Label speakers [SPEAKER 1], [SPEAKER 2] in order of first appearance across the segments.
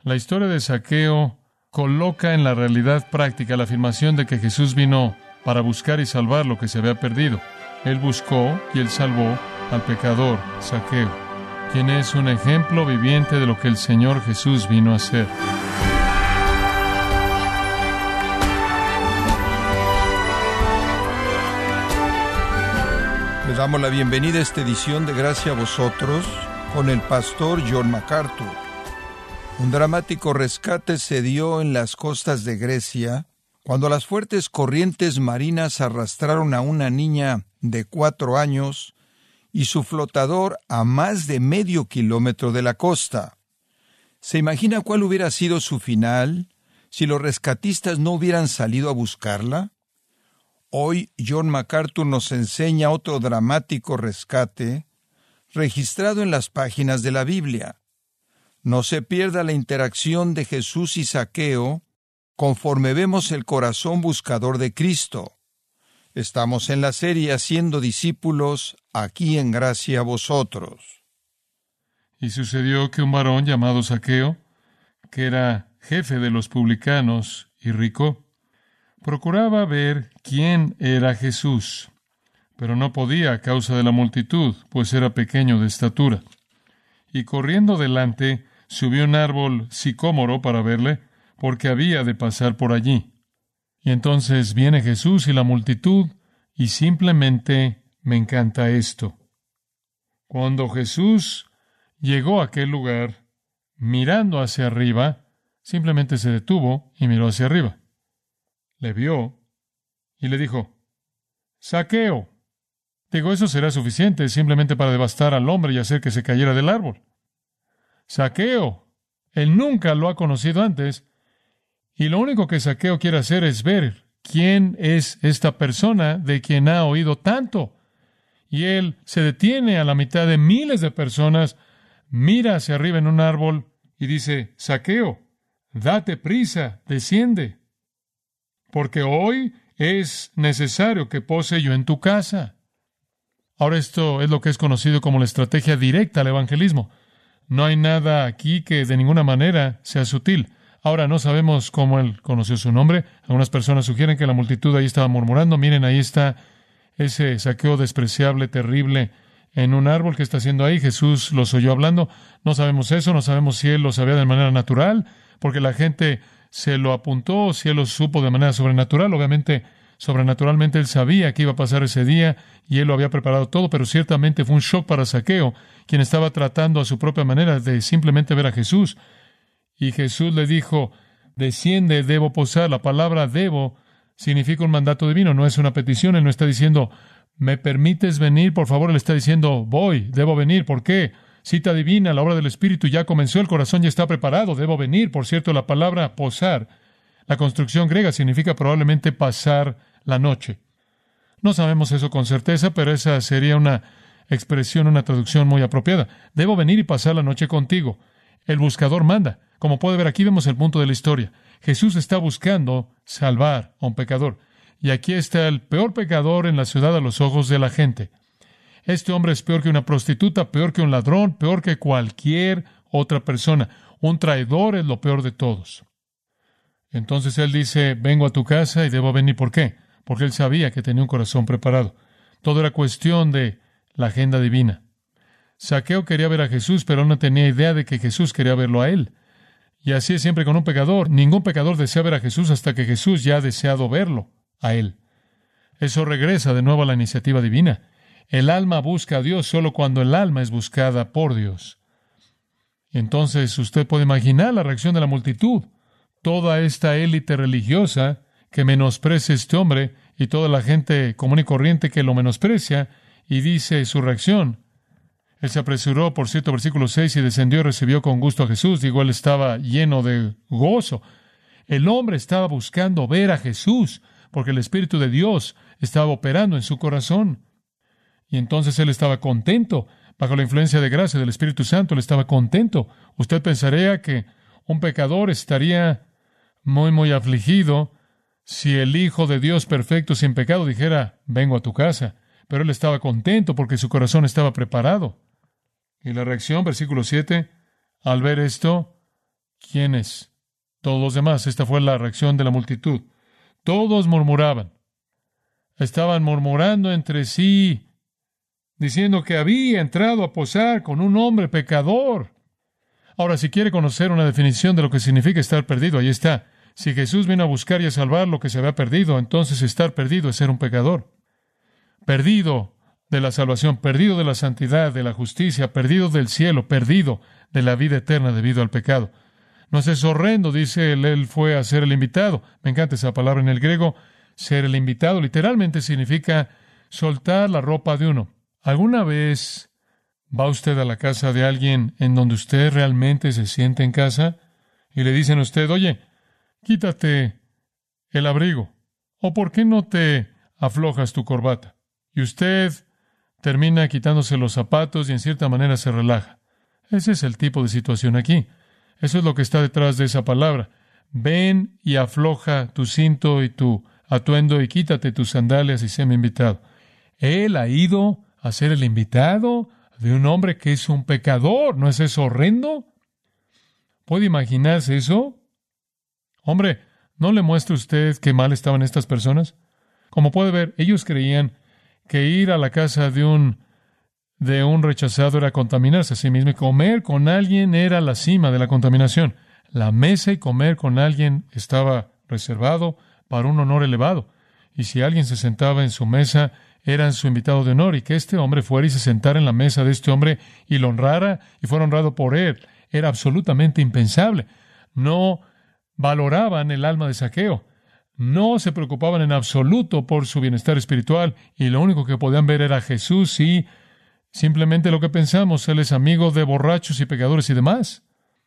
[SPEAKER 1] La historia de Zaqueo coloca en la realidad práctica la afirmación de que Jesús vino para buscar y salvar lo que se había perdido. Él buscó y Él salvó al pecador Zaqueo, quien es un ejemplo viviente de lo que el Señor Jesús vino a hacer.
[SPEAKER 2] Les damos la bienvenida a esta edición de Gracia a Vosotros con el pastor John MacArthur. Un dramático rescate se dio en las costas de Grecia cuando las fuertes corrientes marinas arrastraron a una niña de 4 años y su flotador a más de medio kilómetro de la costa. ¿Se imagina cuál hubiera sido su final si los rescatistas no hubieran salido a buscarla? Hoy John MacArthur nos enseña otro dramático rescate registrado en las páginas de la Biblia. No se pierda la interacción de Jesús y Zaqueo conforme vemos el corazón buscador de Cristo. Estamos en la serie Haciendo Discípulos, aquí en Gracia a Vosotros.
[SPEAKER 1] Y sucedió que un varón llamado Zaqueo, que era jefe de los publicanos y rico, procuraba ver quién era Jesús, pero no podía a causa de la multitud, pues era pequeño de estatura. Y corriendo delante, subió a un árbol sicómoro para verle, porque había de pasar por allí. Y entonces viene Jesús y la multitud, y simplemente me encanta esto. Cuando Jesús llegó a aquel lugar, mirando hacia arriba, simplemente se detuvo y miró hacia arriba. Le vio y le dijo: Zaqueo. Digo, eso será suficiente simplemente para devastar al hombre y hacer que se cayera del árbol. Zaqueo. Él nunca lo ha conocido antes, y lo único que Zaqueo quiere hacer es ver quién es esta persona de quien ha oído tanto. Y él se detiene a la mitad de miles de personas, mira hacia arriba en un árbol y dice: Zaqueo, date prisa, desciende, porque hoy es necesario que pose yo en tu casa. Ahora, esto es lo que es conocido como la estrategia directa al evangelismo. No hay nada aquí que de ninguna manera sea sutil. Ahora, no sabemos cómo él conoció su nombre. Algunas personas sugieren que la multitud ahí estaba murmurando: miren, ahí está ese Zaqueo despreciable, terrible, en un árbol. ¿Qué está haciendo ahí? Jesús los oyó hablando. No sabemos eso, no sabemos si él lo sabía de manera natural, porque la gente se lo apuntó, si él lo supo de manera sobrenatural. Obviamente, sobrenaturalmente él sabía que iba a pasar ese día y él lo había preparado todo, pero ciertamente fue un shock para Zaqueo, quien estaba tratando a su propia manera de simplemente ver a Jesús. Y Jesús le dijo: desciende, debo posar. La palabra debo significa un mandato divino, no es una petición. Él no está diciendo: ¿me permites venir? Por favor, él está diciendo: voy, debo venir. ¿Por qué? Cita divina, la obra del Espíritu ya comenzó, el corazón ya está preparado, debo venir. Por cierto, la palabra posar, la construcción griega, significa probablemente pasar la noche. No sabemos eso con certeza, pero esa sería una expresión, una traducción muy apropiada. Debo venir y pasar la noche contigo. El buscador manda. Como puede ver, aquí vemos el punto de la historia. Jesús está buscando salvar a un pecador. Y aquí está el peor pecador en la ciudad a los ojos de la gente. Este hombre es peor que una prostituta, peor que un ladrón, peor que cualquier otra persona. Un traidor es lo peor de todos. Entonces él dice: vengo a tu casa y debo venir. ¿Por qué? Porque él sabía que tenía un corazón preparado. Todo era cuestión de la agenda divina. Zaqueo quería ver a Jesús, pero no tenía idea de que Jesús quería verlo a él. Y así es siempre con un pecador. Ningún pecador desea ver a Jesús hasta que Jesús ya ha deseado verlo a él. Eso regresa de nuevo a la iniciativa divina. El alma busca a Dios solo cuando el alma es buscada por Dios. Entonces usted puede imaginar la reacción de la multitud. Toda esta élite religiosa que menosprecia a este hombre y toda la gente común y corriente que lo menosprecia, y dice su reacción: él se apresuró, por cierto, versículo 6, y descendió y recibió con gusto a Jesús. Digo, él estaba lleno de gozo. El hombre estaba buscando ver a Jesús, porque el Espíritu de Dios estaba operando en su corazón. Y entonces él estaba contento. Bajo la influencia de gracia del Espíritu Santo, él estaba contento. Usted pensaría que un pecador estaría muy afligido si el Hijo de Dios perfecto, sin pecado, dijera: vengo a tu casa. Pero él estaba contento porque su corazón estaba preparado. Y la reacción, versículo 7, al ver esto: ¿Quiénes? Todos los demás. Esta fue la reacción de la multitud. Todos murmuraban. Estaban murmurando entre sí, diciendo que había entrado a posar con un hombre pecador. Ahora, si quiere conocer una definición de lo que significa estar perdido, ahí está. Si Jesús vino a buscar y a salvar lo que se había perdido, entonces estar perdido es ser un pecador. Perdido de la salvación, perdido de la santidad, de la justicia, perdido del cielo, perdido de la vida eterna debido al pecado. No es eso horrendo, dice él fue a ser el invitado. Me encanta esa palabra en el griego. Ser el invitado literalmente significa soltar la ropa de uno. ¿Alguna vez va usted a la casa de alguien en donde usted realmente se siente en casa y le dicen a usted, oye, quítate el abrigo, o ¿por qué no te aflojas tu corbata? Y usted termina quitándose los zapatos y en cierta manera se relaja. Ese es el tipo de situación aquí. Eso es lo que está detrás de esa palabra. Ven y afloja tu cinto y tu atuendo y quítate tus sandalias y séme invitado. Él ha ido a ser el invitado de un hombre que es un pecador. ¿No es eso horrendo? ¿Puede imaginarse eso? Hombre, ¿no le muestra usted qué mal estaban estas personas? Como puede ver, ellos creían que ir a la casa de un rechazado era contaminarse a sí mismo, y comer con alguien era la cima de la contaminación. La mesa y comer con alguien estaba reservado para un honor elevado. Y si alguien se sentaba en su mesa, eran su invitado de honor, y que este hombre fuera y se sentara en la mesa de este hombre y lo honrara y fuera honrado por él, era absolutamente impensable. No valoraban el alma de Zaqueo. No se preocupaban en absoluto por su bienestar espiritual, y lo único que podían ver era a Jesús y simplemente lo que pensamos, él es amigo de borrachos y pecadores y demás.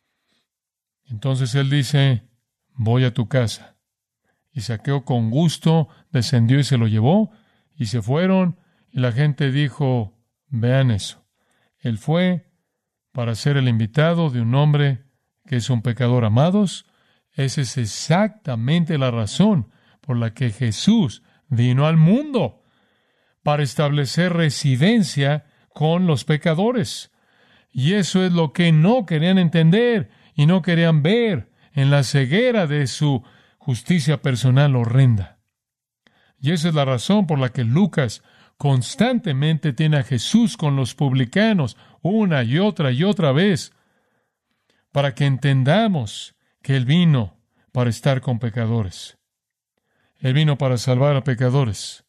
[SPEAKER 1] Entonces él dice, voy a tu casa. Y Zaqueo con gusto descendió y se lo llevó, y se fueron, y la gente dijo, vean eso. Él fue para ser el invitado de un hombre que es un pecador. Amados, esa es exactamente la razón por la que Jesús vino al mundo, para establecer residencia con los pecadores. Y eso es lo que no querían entender y no querían ver en la ceguera de su justicia personal horrenda. Y esa es la razón por la que Lucas constantemente tiene a Jesús con los publicanos una y otra vez, para que entendamos que Él vino para estar con pecadores. Él vino para salvar a pecadores.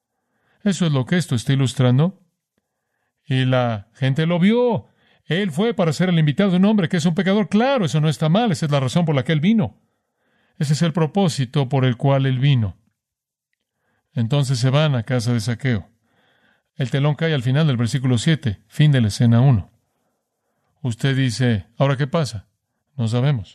[SPEAKER 1] Eso es lo que esto está ilustrando. Y la gente lo vio. Él fue para ser el invitado de un hombre que es un pecador. Claro, eso no está mal. Esa es la razón por la que Él vino. Ese es el propósito por el cual Él vino. Entonces se van a casa de Zaqueo. El telón cae al final del versículo 7, fin de la escena 1. Usted dice, ¿ahora qué pasa? No sabemos.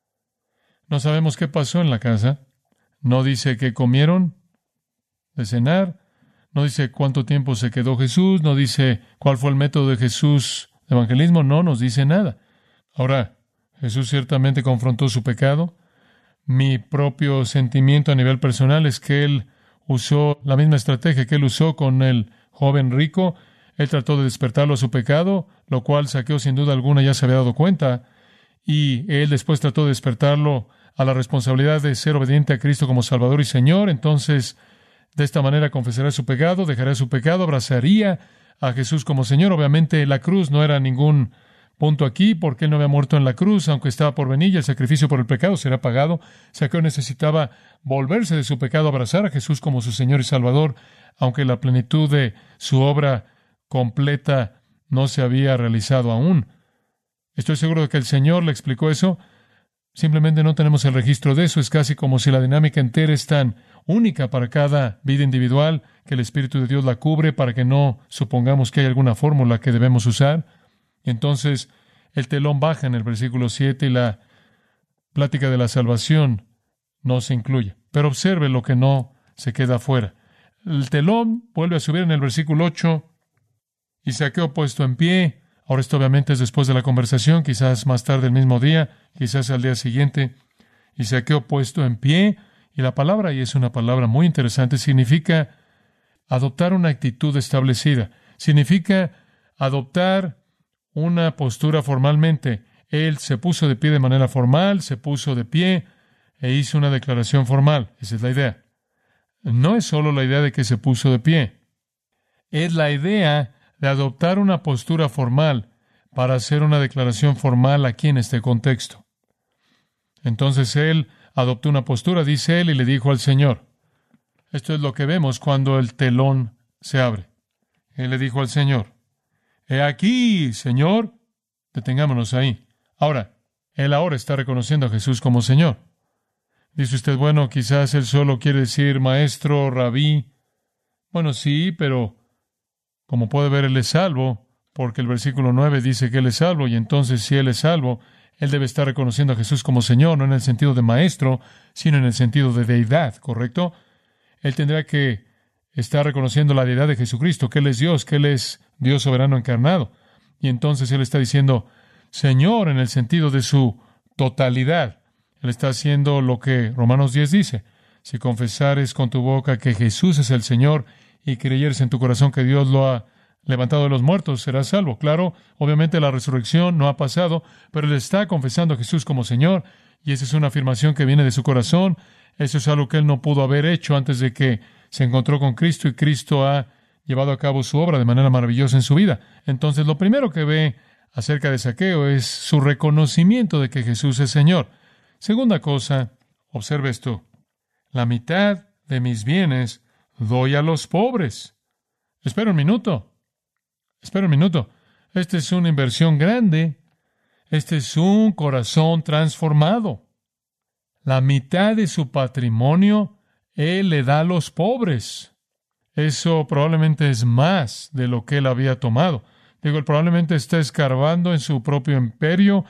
[SPEAKER 1] No sabemos qué pasó en la casa. No dice qué comieron de cenar. No dice cuánto tiempo se quedó Jesús. No dice cuál fue el método de Jesús de evangelismo. No nos dice nada. Ahora, Jesús ciertamente confrontó su pecado. Mi propio sentimiento a nivel personal es que Él usó la misma estrategia que Él usó con el joven rico. Él trató de despertarlo a su pecado, lo cual Zaqueo sin duda alguna ya se había dado cuenta. Y Él después trató de despertarlo a la responsabilidad de ser obediente a Cristo como Salvador y Señor. Entonces, de esta manera confesará su pecado, dejará su pecado, abrazaría a Jesús como Señor. Obviamente la cruz no era ningún punto aquí, porque Él no había muerto en la cruz, aunque estaba por venir, y el sacrificio por el pecado será pagado. Zaqueo necesitaba volverse de su pecado, abrazar a Jesús como su Señor y Salvador, aunque la plenitud de su obra completa no se había realizado aún. Estoy seguro de que el Señor le explicó eso. Simplemente no tenemos el registro de eso. Es casi como si la dinámica entera es tan única para cada vida individual que el Espíritu de Dios la cubre para que no supongamos que hay alguna fórmula que debemos usar. Entonces, el telón baja en el versículo 7 y la plática de la salvación no se incluye. Pero observe lo que no se queda afuera. El telón vuelve a subir en el versículo 8 y Zaqueo puesto en pie. Ahora esto obviamente es después de la conversación, quizás más tarde el mismo día, quizás al día siguiente. Y Zaqueo puesto en pie, y la palabra ahí es una palabra muy interesante, significa adoptar una actitud establecida, significa adoptar una postura formalmente. Él se puso de pie de manera formal, se puso de pie e hizo una declaración formal. Esa es la idea. No es solo la idea de que se puso de pie. Es la idea de adoptar una postura formal para hacer una declaración formal aquí en este contexto. Entonces Él adoptó una postura, dice Él, y le dijo al Señor. Esto es lo que vemos cuando el telón se abre. Él le dijo al Señor, «He aquí, Señor». Detengámonos ahí. Ahora, Él ahora está reconociendo a Jesús como Señor. Dice usted, bueno, quizás Él solo quiere decir maestro, rabí. Bueno, sí, pero como puede ver, Él es salvo, porque el versículo 9 dice que Él es salvo, y entonces si Él es salvo, Él debe estar reconociendo a Jesús como Señor, no en el sentido de maestro, sino en el sentido de deidad, ¿correcto? Él tendrá que estar reconociendo la deidad de Jesucristo, que Él es Dios, que Él es Dios soberano encarnado. Y entonces Él está diciendo Señor en el sentido de su totalidad. Él está haciendo lo que Romanos 10 dice. Si confesares con tu boca que Jesús es el Señor y creyeres en tu corazón que Dios lo ha levantado de los muertos, serás salvo. Claro, obviamente la resurrección no ha pasado, pero Él está confesando a Jesús como Señor, y esa es una afirmación que viene de su corazón. Eso es algo que Él no pudo haber hecho antes de que se encontró con Cristo, y Cristo ha llevado a cabo su obra de manera maravillosa en su vida. Entonces, lo primero que ve acerca de Zaqueo es su reconocimiento de que Jesús es Señor. Segunda cosa, observe esto. La mitad de mis bienes doy a los pobres. Espera un minuto. Esta es una inversión grande. Este es un corazón transformado. La mitad de su patrimonio Él le da a los pobres. Eso probablemente es más de lo que Él había tomado. Él probablemente está escarbando en su propio imperio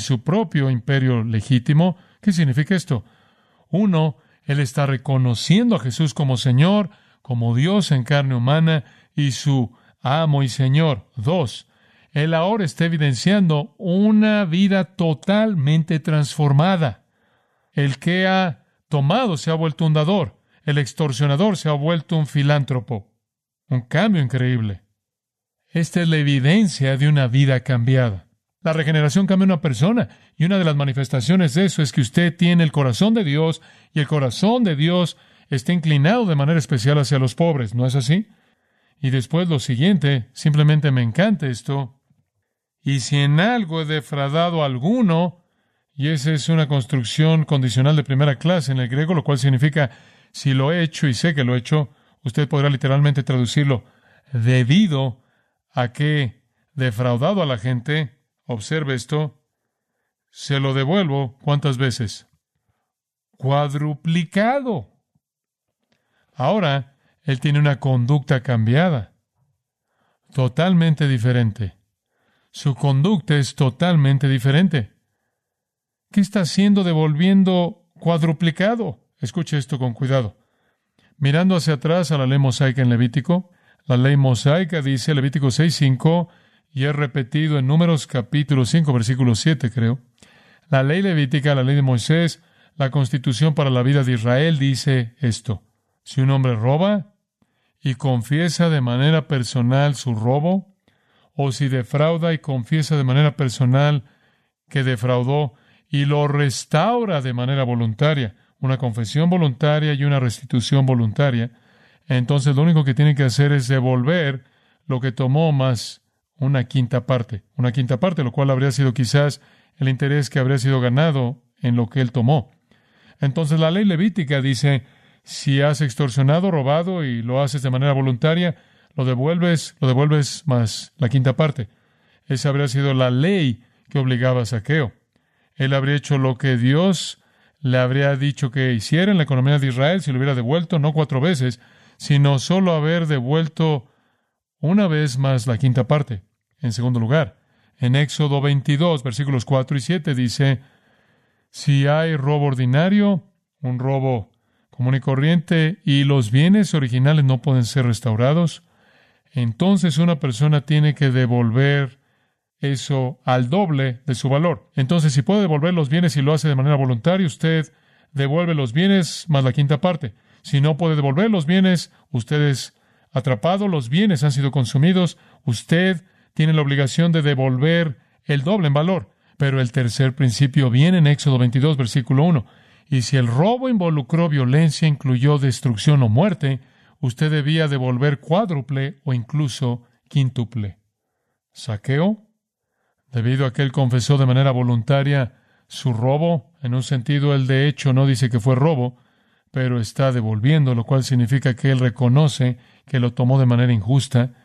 [SPEAKER 1] legítimo. ¿Qué significa esto? Uno, Él está reconociendo a Jesús como Señor, como Dios en carne humana y su amo y Señor. Dos, Él ahora está evidenciando una vida totalmente transformada. El que ha tomado se ha vuelto un dador. El extorsionador se ha vuelto un filántropo. Un cambio increíble. Esta es la evidencia de una vida cambiada. La regeneración cambia a una persona, y una de las manifestaciones de eso es que usted tiene el corazón de Dios, y el corazón de Dios está inclinado de manera especial hacia los pobres, ¿no es así? Y después lo siguiente, simplemente me encanta esto. Y si en algo he defraudado a alguno, y esa es una construcción condicional de primera clase en el griego, lo cual significa, si lo he hecho y sé que lo he hecho, usted podrá literalmente traducirlo, debido a que he defraudado a la gente, observe esto, se lo devuelvo, ¿cuántas veces? Cuadruplicado. Ahora, él tiene una conducta cambiada, totalmente diferente. Su conducta es totalmente diferente. ¿Qué está haciendo devolviendo cuadruplicado? Escuche esto con cuidado. Mirando hacia atrás a la ley mosaica en Levítico, la ley mosaica dice, Levítico 6:5, y es repetido en Números capítulo 5, versículo 7, creo. La ley levítica, la ley de Moisés, la constitución para la vida de Israel dice esto. Si un hombre roba y confiesa de manera personal su robo, o si defrauda y confiesa de manera personal que defraudó y lo restaura de manera voluntaria, una confesión voluntaria y una restitución voluntaria, entonces lo único que tiene que hacer es devolver lo que tomó más una quinta parte, lo cual habría sido quizás el interés que habría sido ganado en lo que él tomó. Entonces la ley levítica dice, si has extorsionado, robado y lo haces de manera voluntaria, lo devuelves más la quinta parte. Esa habría sido la ley que obligaba a Zaqueo. Él habría hecho lo que Dios le habría dicho que hiciera en la economía de Israel si lo hubiera devuelto, no 4 veces, sino solo haber devuelto una vez más la quinta parte. En segundo lugar, en Éxodo 22, versículos 4 y 7 dice, si hay robo ordinario, un robo común y corriente, y los bienes originales no pueden ser restaurados, entonces una persona tiene que devolver eso al doble de su valor. Entonces, si puede devolver los bienes y lo hace de manera voluntaria, usted devuelve los bienes más la quinta parte. Si no puede devolver los bienes, usted es atrapado, los bienes han sido consumidos, usted tiene la obligación de devolver el doble en valor. Pero el tercer principio viene en Éxodo 22, versículo 1. Y si el robo involucró violencia, incluyó destrucción o muerte, usted debía devolver cuádruple o incluso quíntuple. Saqueo, debido a que él confesó de manera voluntaria su robo, en un sentido él de hecho no dice que fue robo, pero está devolviendo, lo cual significa que él reconoce que lo tomó de manera injusta.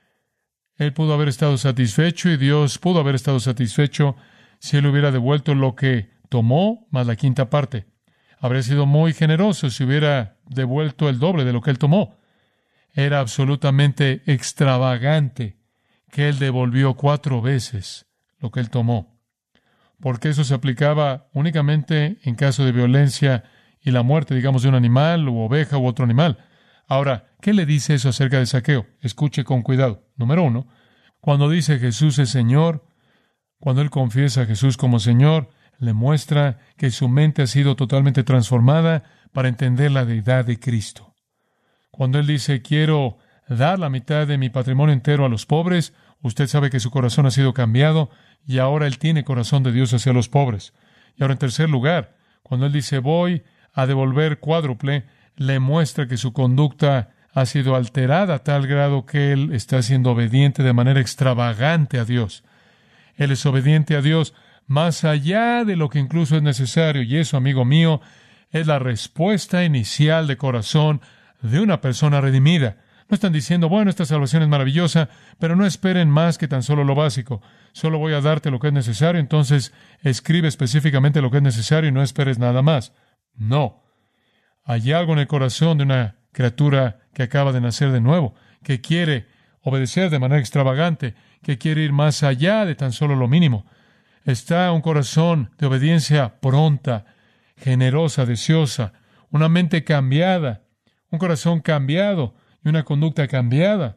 [SPEAKER 1] Él pudo haber estado satisfecho y Dios pudo haber estado satisfecho si él hubiera devuelto lo que tomó más la quinta parte. Habría sido muy generoso si hubiera devuelto el doble de lo que él tomó. Era absolutamente extravagante que él devolvió 4 veces lo que él tomó, porque eso se aplicaba únicamente en caso de violencia y la muerte, digamos, de un animal, u oveja, u otro animal. Ahora, ¿qué le dice eso acerca de Saqueo? Escuche con cuidado. Número 1, cuando dice Jesús es Señor, cuando él confiesa a Jesús como Señor, le muestra que su mente ha sido totalmente transformada para entender la deidad de Cristo. Cuando él dice, quiero dar la mitad de mi patrimonio entero a los pobres, usted sabe que su corazón ha sido cambiado y ahora él tiene corazón de Dios hacia los pobres. Y ahora, en tercer lugar, cuando él dice, voy a devolver cuádruple, le muestra que su conducta ha sido alterada a tal grado que él está siendo obediente de manera extravagante a Dios. Él es obediente a Dios más allá de lo que incluso es necesario. Y eso, amigo mío, es la respuesta inicial de corazón de una persona redimida. No están diciendo, bueno, esta salvación es maravillosa, pero no esperen más que tan solo lo básico. Solo voy a darte lo que es necesario, entonces escribe específicamente lo que es necesario y no esperes nada más. No. Hay algo en el corazón de una criatura que acaba de nacer de nuevo, que quiere obedecer de manera extravagante, que quiere ir más allá de tan solo lo mínimo. Está un corazón de obediencia pronta, generosa, deseosa, una mente cambiada, un corazón cambiado y una conducta cambiada.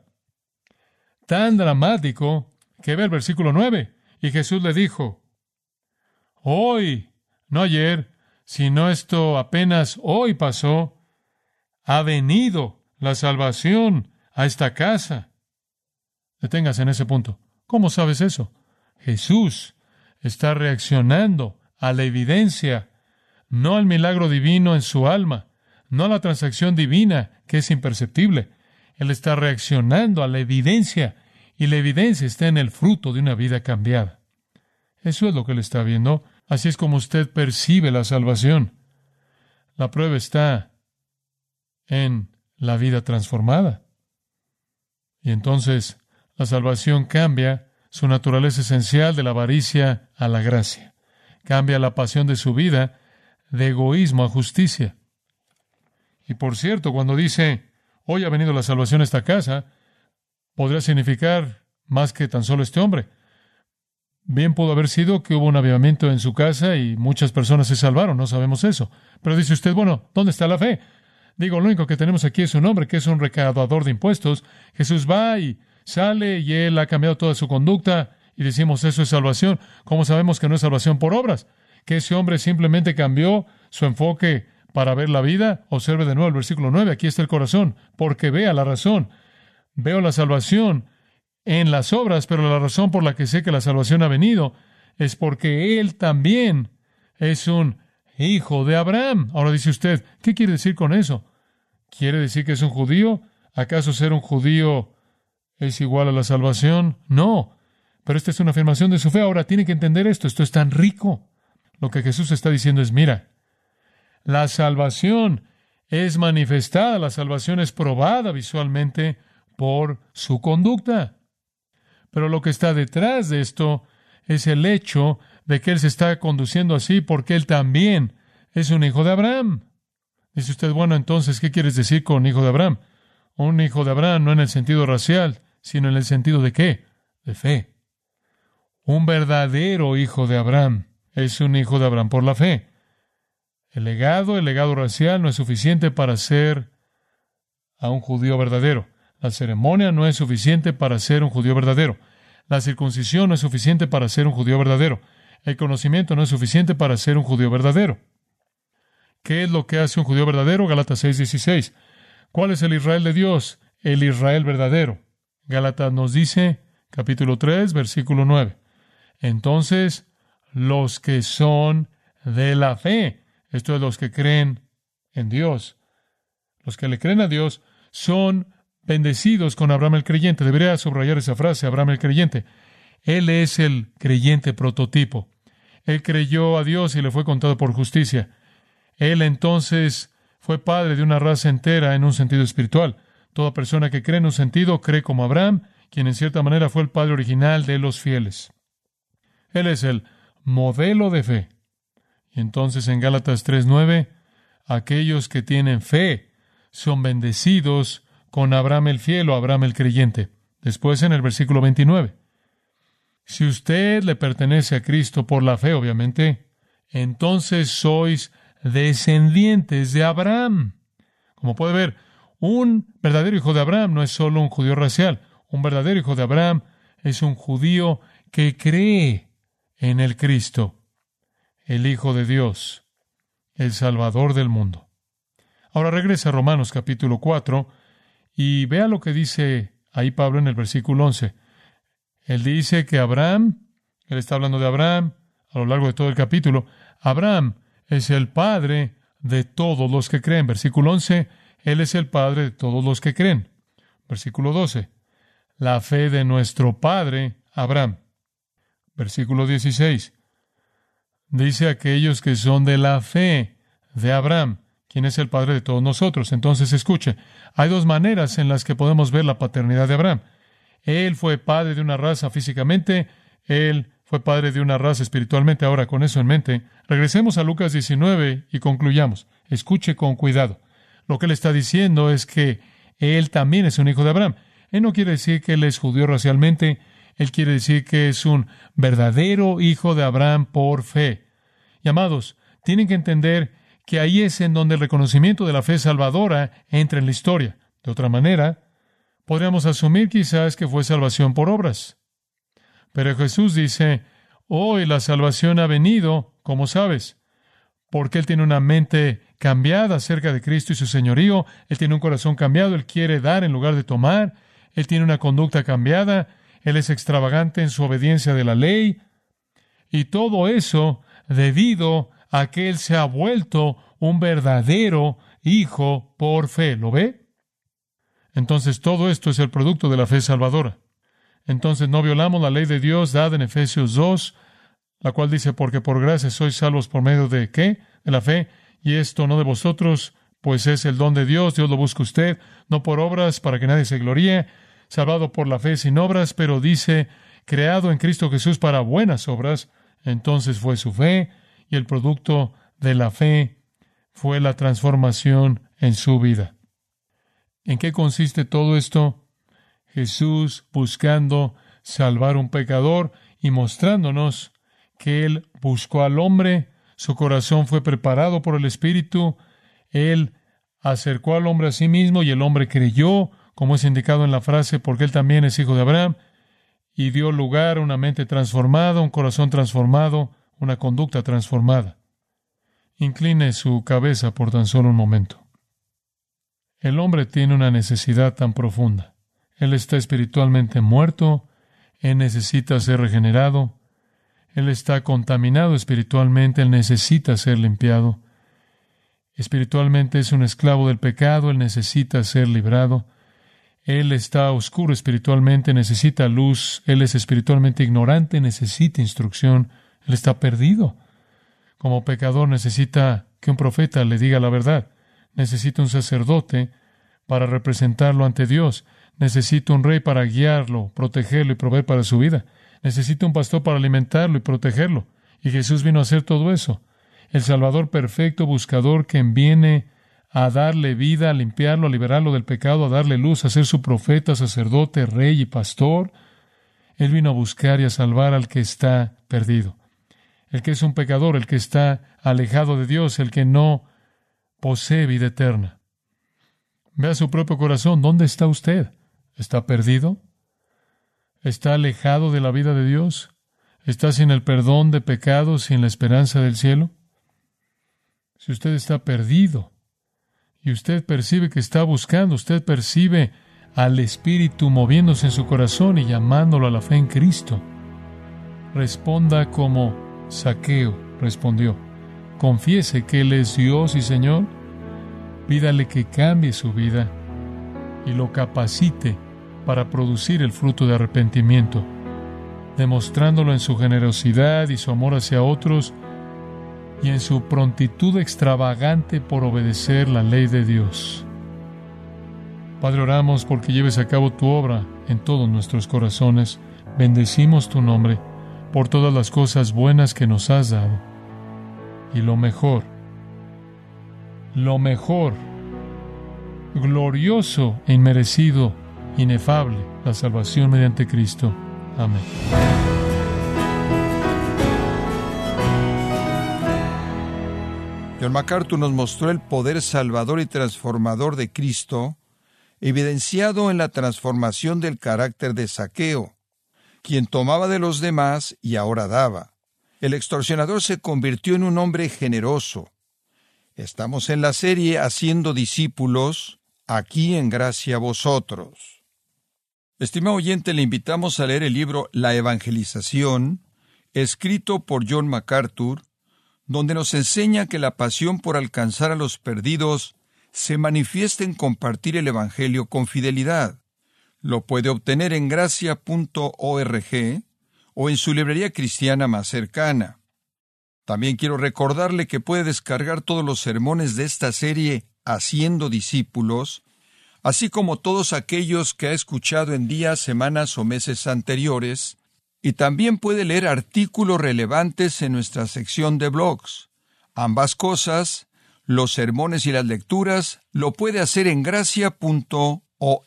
[SPEAKER 1] Tan dramático que ve el versículo 9. Y Jesús le dijo, hoy, no ayer, sino esto apenas hoy pasó, ha venido la salvación a esta casa. Deténgase en ese punto. ¿Cómo sabes eso? Jesús está reaccionando a la evidencia, no al milagro divino en su alma, no a la transacción divina que es imperceptible. Él está reaccionando a la evidencia, y la evidencia está en el fruto de una vida cambiada. Eso es lo que él está viendo. Así es como usted percibe la salvación. La prueba está en la vida transformada. Y entonces la salvación cambia su naturaleza esencial de la avaricia a la gracia. Cambia la pasión de su vida de egoísmo a justicia. Y por cierto, cuando dice, hoy ha venido la salvación a esta casa, podría significar más que tan solo este hombre. Bien pudo haber sido que hubo un avivamiento en su casa y muchas personas se salvaron, no sabemos eso. Pero dice usted, bueno, ¿dónde está la fe? Digo, lo único que tenemos aquí es un hombre que es un recaudador de impuestos. Jesús va y sale y él ha cambiado toda su conducta y decimos, eso es salvación. ¿Cómo sabemos que no es salvación por obras? Que ese hombre simplemente cambió su enfoque para ver la vida. Observe de nuevo el versículo 9, aquí está el corazón, porque vea la razón. Veo la salvación en las obras, pero la razón por la que sé que la salvación ha venido es porque él también es un hijo de Abraham. Ahora dice usted, ¿qué quiere decir con eso? ¿Quiere decir que es un judío? ¿Acaso ser un judío es igual a la salvación? No, pero esta es una afirmación de su fe. Ahora tiene que entender esto es tan rico. Lo que Jesús está diciendo es, mira, la salvación es manifestada, la salvación es probada visualmente por su conducta. Pero lo que está detrás de esto es el hecho de que él se está conduciendo así porque él también es un hijo de Abraham. Dice usted, bueno, entonces, ¿qué quieres decir con hijo de Abraham? Un hijo de Abraham no en el sentido racial, sino en el sentido de ¿qué? De fe. Un verdadero hijo de Abraham es un hijo de Abraham por la fe. El legado racial no es suficiente para ser a un judío verdadero. La ceremonia no es suficiente para ser un judío verdadero. La circuncisión no es suficiente para ser un judío verdadero. El conocimiento no es suficiente para ser un judío verdadero. ¿Qué es lo que hace un judío verdadero? Gálatas 6:16. ¿Cuál es el Israel de Dios? El Israel verdadero. Gálatas nos dice, capítulo 3, versículo 9. Entonces, los que son de la fe. Esto es, los que creen en Dios. Los que le creen a Dios son bendecidos con Abraham el creyente. Debería subrayar esa frase, Abraham el creyente. Él es el creyente prototipo. Él creyó a Dios y le fue contado por justicia. Él entonces fue padre de una raza entera en un sentido espiritual. Toda persona que cree en un sentido cree como Abraham, quien en cierta manera fue el padre original de los fieles. Él es el modelo de fe. Y entonces en Gálatas 3:9, aquellos que tienen fe son bendecidos con Abraham el fiel o Abraham el creyente. Después en el versículo 29. Si usted le pertenece a Cristo por la fe, obviamente, entonces sois descendientes de Abraham. Como puede ver, un verdadero hijo de Abraham no es solo un judío racial. Un verdadero hijo de Abraham es un judío que cree en el Cristo, el Hijo de Dios, el Salvador del mundo. Ahora regresa a Romanos capítulo 4 y vea lo que dice ahí Pablo en el versículo 11. Él dice que Abraham, él está hablando de Abraham a lo largo de todo el capítulo, Abraham es el padre de todos los que creen. Versículo 11, él es el padre de todos los que creen. Versículo 12, la fe de nuestro padre Abraham. Versículo 16, dice aquellos que son de la fe de Abraham, quien es el padre de todos nosotros. Entonces, escuche, hay dos maneras en las que podemos ver la paternidad de Abraham. Él fue padre de una raza físicamente, él fue padre de una raza espiritualmente. Ahora, con eso en mente, regresemos a Lucas 19 y concluyamos. Escuche con cuidado. Lo que él está diciendo es que él también es un hijo de Abraham. Él no quiere decir que él es judío racialmente, él quiere decir que es un verdadero hijo de Abraham por fe. Y amados, tienen que entender que ahí es en donde el reconocimiento de la fe salvadora entra en la historia. De otra manera, podríamos asumir quizás que fue salvación por obras. Pero Jesús dice, hoy la salvación ha venido, ¿cómo sabes? Porque Él tiene una mente cambiada acerca de Cristo y su señorío. Él tiene un corazón cambiado. Él quiere dar en lugar de tomar. Él tiene una conducta cambiada. Él es extravagante en su obediencia de la ley. Y todo eso debido a que Él se ha vuelto un verdadero hijo por fe. ¿Lo ve? Entonces todo esto es el producto de la fe salvadora. Entonces no violamos la ley de Dios dada en Efesios 2, la cual dice, porque por gracia sois salvos por medio de ¿qué? De la fe, y esto no de vosotros, pues es el don de Dios. Dios lo busca usted, no por obras, para que nadie se gloríe, salvado por la fe sin obras, pero dice, creado en Cristo Jesús para buenas obras. Entonces fue su fe, y el producto de la fe fue la transformación en su vida. ¿En qué consiste todo esto? Jesús buscando salvar a un pecador y mostrándonos que Él buscó al hombre, su corazón fue preparado por el Espíritu, Él acercó al hombre a sí mismo y el hombre creyó, como es indicado en la frase, porque Él también es hijo de Abraham, y dio lugar a una mente transformada, un corazón transformado, una conducta transformada. Incline su cabeza por tan solo un momento. El hombre tiene una necesidad tan profunda. Él está espiritualmente muerto, él necesita ser regenerado, él está contaminado espiritualmente, él necesita ser limpiado. Espiritualmente es un esclavo del pecado, él necesita ser librado. Él está oscuro espiritualmente, necesita luz, él es espiritualmente ignorante, necesita instrucción, él está perdido. Como pecador necesita que un profeta le diga la verdad. Necesita un sacerdote para representarlo ante Dios. Necesita un rey para guiarlo, protegerlo y proveer para su vida. Necesita un pastor para alimentarlo y protegerlo. Y Jesús vino a hacer todo eso. El Salvador perfecto, buscador, quien viene a darle vida, a limpiarlo, a liberarlo del pecado, a darle luz, a ser su profeta, sacerdote, rey y pastor. Él vino a buscar y a salvar al que está perdido. El que es un pecador, el que está alejado de Dios, el que no posee vida eterna. Vea su propio corazón. ¿Dónde está usted? ¿Está perdido? ¿Está alejado de la vida de Dios? ¿Está sin el perdón de pecados, sin la esperanza del cielo? Si usted está perdido y usted percibe que está buscando, usted percibe al Espíritu moviéndose en su corazón y llamándolo a la fe en Cristo, responda como Zaqueo respondió: confiese que Él es Dios y Señor. Pídale que cambie su vida y lo capacite para producir el fruto de arrepentimiento, demostrándolo en su generosidad y su amor hacia otros y en su prontitud extravagante por obedecer la ley de Dios. Padre, oramos porque lleves a cabo tu obra en todos nuestros corazones. Bendecimos tu nombre por todas las cosas buenas que nos has dado. Y lo mejor, glorioso e inmerecido, inefable, la salvación mediante Cristo. Amén.
[SPEAKER 2] John MacArthur nos mostró el poder salvador y transformador de Cristo, evidenciado en la transformación del carácter de Zaqueo, quien tomaba de los demás y ahora daba. El extorsionador se convirtió en un hombre generoso. Estamos en la serie Haciendo Discípulos, aquí en Gracia a Vosotros. Estimado oyente, le invitamos a leer el libro La Evangelización, escrito por John MacArthur, donde nos enseña que la pasión por alcanzar a los perdidos se manifiesta en compartir el Evangelio con fidelidad. Lo puede obtener en gracia.org o en su librería cristiana más cercana. También quiero recordarle que puede descargar todos los sermones de esta serie Haciendo Discípulos, así como todos aquellos que ha escuchado en días, semanas o meses anteriores, y también puede leer artículos relevantes en nuestra sección de blogs. Ambas cosas, los sermones y las lecturas, lo puede hacer en gracia.org.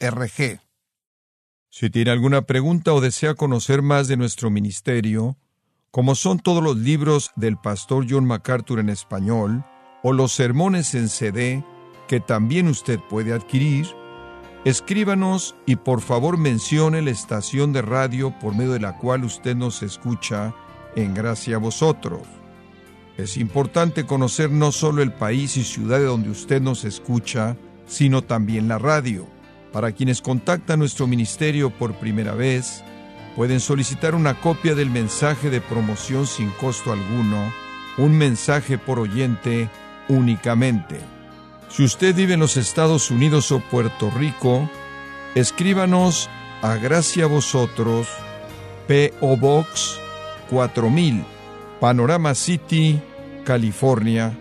[SPEAKER 2] Si tiene alguna pregunta o desea conocer más de nuestro ministerio, como son todos los libros del pastor John MacArthur en español, o los sermones en CD, que también usted puede adquirir, escríbanos y por favor mencione la estación de radio por medio de la cual usted nos escucha en Gracia a Vosotros. Es importante conocer no solo el país y ciudad de donde usted nos escucha, sino también la radio. Para quienes contactan nuestro ministerio por primera vez, pueden solicitar una copia del mensaje de promoción sin costo alguno, un mensaje por oyente únicamente. Si usted vive en los Estados Unidos o Puerto Rico, escríbanos a Gracia a Vosotros, P.O. Box 4000, Panorama City, California,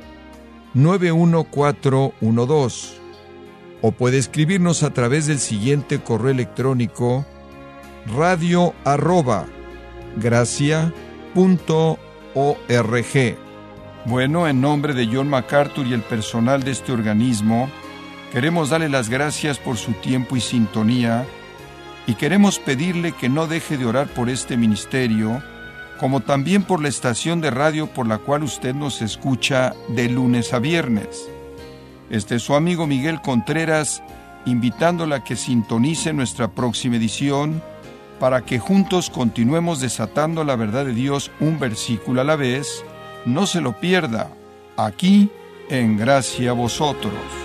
[SPEAKER 2] 91412. O puede escribirnos a través del siguiente correo electrónico: radio@gracia.org. Bueno, en nombre de John MacArthur y el personal de este organismo, queremos darle las gracias por su tiempo y sintonía, y queremos pedirle que no deje de orar por este ministerio, como también por la estación de radio por la cual usted nos escucha de lunes a viernes. Este es su amigo Miguel Contreras, invitándola a que sintonice nuestra próxima edición, para que juntos continuemos desatando la verdad de Dios un versículo a la vez. No se lo pierda, aquí en Gracia a Vosotros.